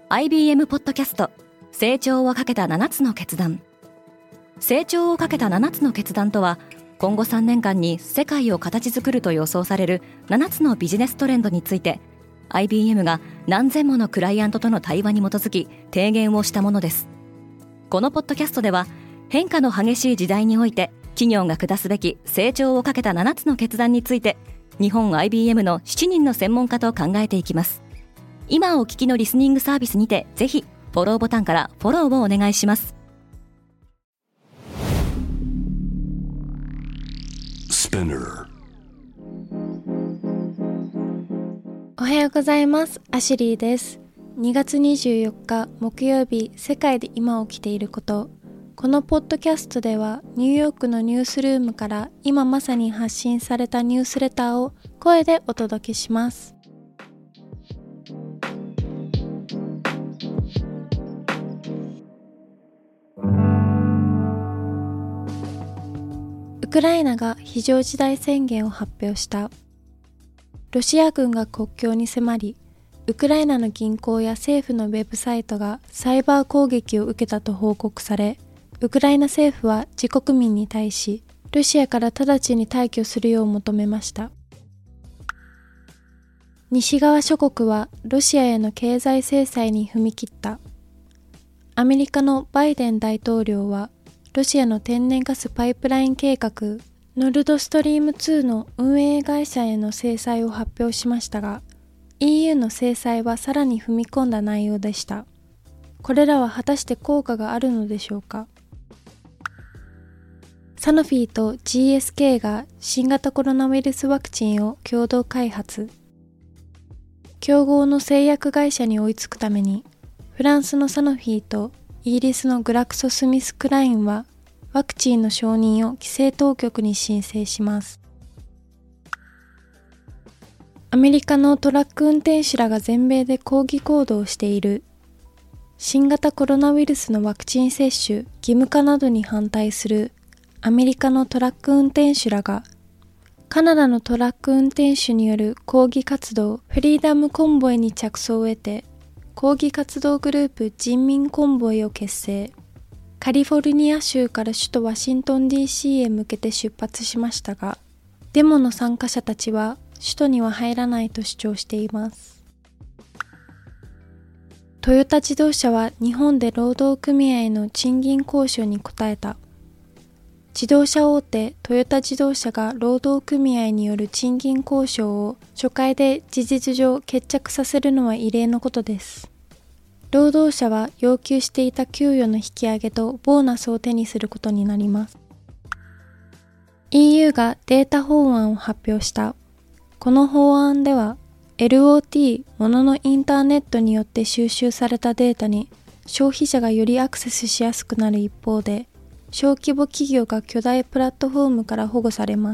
IBM ポッドキャスト成長をかけた7つの決断。成長をかけた7つの決断とは、今後3年間に世界を形作ると予想される7つのビジネストレンドについて IBM が何千ものクライアントとの対話に基づき提言をしたものです。このポッドキャストでは、変化の激しい時代において企業が下すべき成長をかけた7つの決断について、日本 IBM の7人の専門家と考えていきます。今お聞きのリスニングサービスにて、ぜひフォローボタンからフォローをお願いします。 おはようございます。アシュリーです。2月24日木曜日、世界で今起きていること。このポッドキャストでは、ニューヨークのニュースルームから今まさに発信されたニュースレターを声でお届けします。ウクライナが非常事態宣言を発表した。ロシア軍が国境に迫り、ウクライナの銀行や政府のウェブサイトがサイバー攻撃を受けたと報告され、ウクライナ政府は自国民に対し、ロシアから直ちに退去するよう求めました。西側諸国はロシアへの経済制裁に踏み切った。アメリカのバイデン大統領は、ロシアの天然ガスパイプライン計画ノルドストリーム2の運営会社への制裁を発表しましたが、 EU の制裁はさらに踏み込んだ内容でした。これらは果たして効果があるのでしょうか。サノフィーと GSK が新型コロナウイルスワクチンを共同開発。競合の製薬会社に追いつくために、フランスのサノフィーとイギリスのグラクソスミスクラインはワクチンの承認を規制当局に申請します。アメリカのトラック運転手らが全米で抗議行動をしている。新型コロナウイルスのワクチン接種義務化などに反対するアメリカのトラック運転手らが、カナダのトラック運転手による抗議活動フリーダムコンボイに着想を得て、抗議活動グループ人民コンボイを結成。カリフォルニア州から首都ワシントン DC へ向けて出発しましたが、デモの参加者たちは首都には入らないと主張しています。トヨタ自動車は日本で労働組合の賃金交渉に応えた。自動車大手トヨタ自動車が労働組合による賃金交渉を初回で事実上決着させるのは異例のことです。労働者は要求していた給与の引き上げとボーナスを手にすることになります。EU がデータ法案を発表した。この法案では LOT もののインターネットによって収集されたデータに消費者がよりアクセスしやすくなる一方で、小規模企業が巨大プラットフォームから保護されます。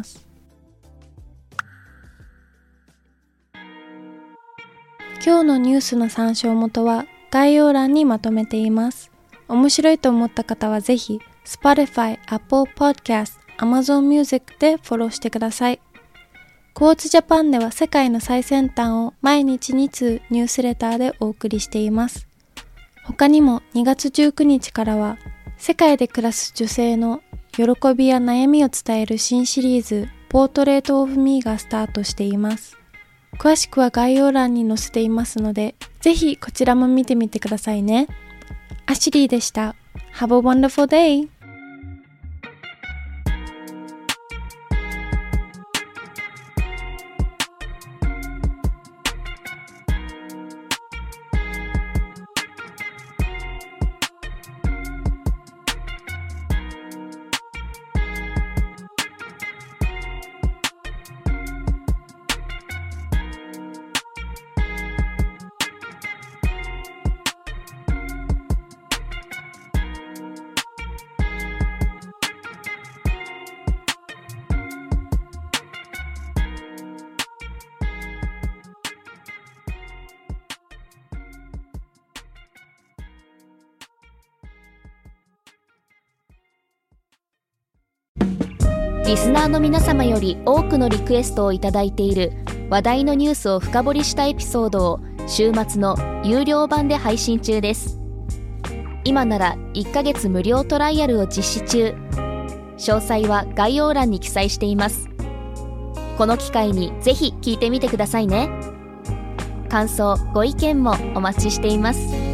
今日のニュースの参照元は概要欄にまとめています。面白いと思った方はぜひ Spotify、Apple Podcast、Amazon Music でフォローしてください。クォーツジャパンでは世界の最先端を毎日2通ニュースレターでお送りしています。他にも2月19日からは世界で暮らす女性の喜びや悩みを伝える新シリーズポートレートオブミーがスタートしています。詳しくは概要欄に載せていますので、ぜひこちらも見てみてくださいね。アシュリーでした。Have a wonderful day! リスナーの皆様より多くのリクエストをいただいている話題のニュースを深掘りしたエピソードを週末の有料版で配信中です。今なら1ヶ月無料トライアルを実施中。詳細は概要欄に記載しています。この機会にぜひ聞いてみてくださいね。感想、ご意見もお待ちしています。